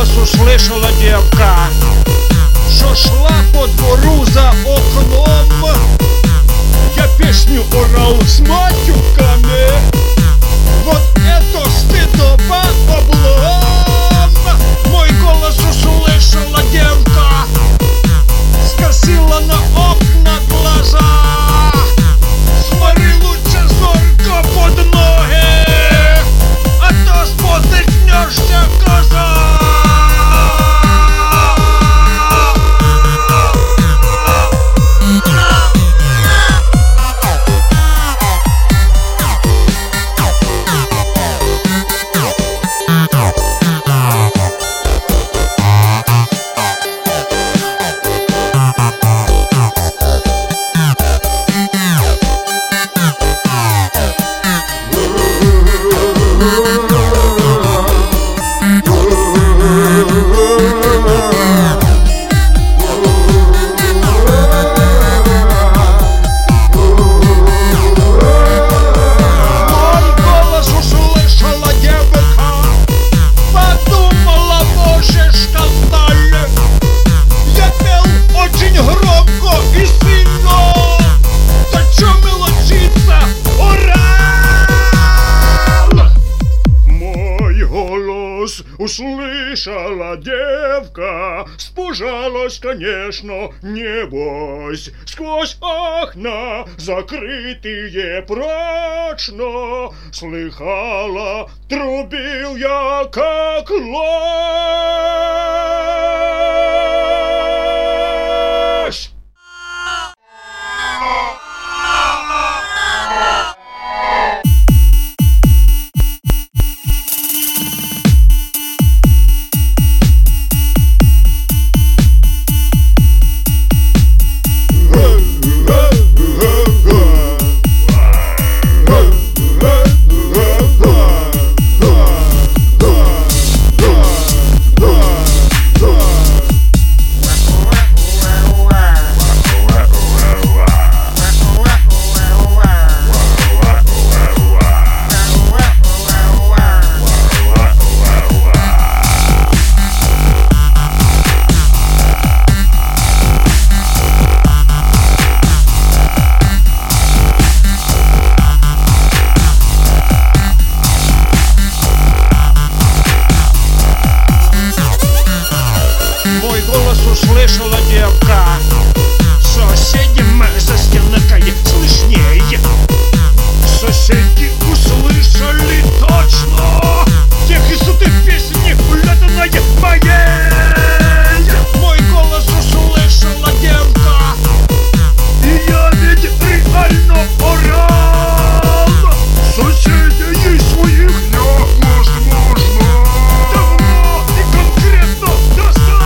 голос услышала девка, что шла по двору за окном. Я песню орал с матюками. Вот это стыдоба облом. Мой голос услышала девка, скосила на окна глаза. Смотри лучше зорко под ноги, а то спотыкнешься, коза. Услышала девка, спужалась, конечно, небось. Сквозь окна, закрытые прочно, слыхала, трубил я, как лось. Услышала девка, соседям за стенкой слышнее. Соседи услышали точно текст этой песни, уляданной моей. Мой голос услышала девка, и я ведь реально орал. Соседей своих невозможно давно и конкретно достал.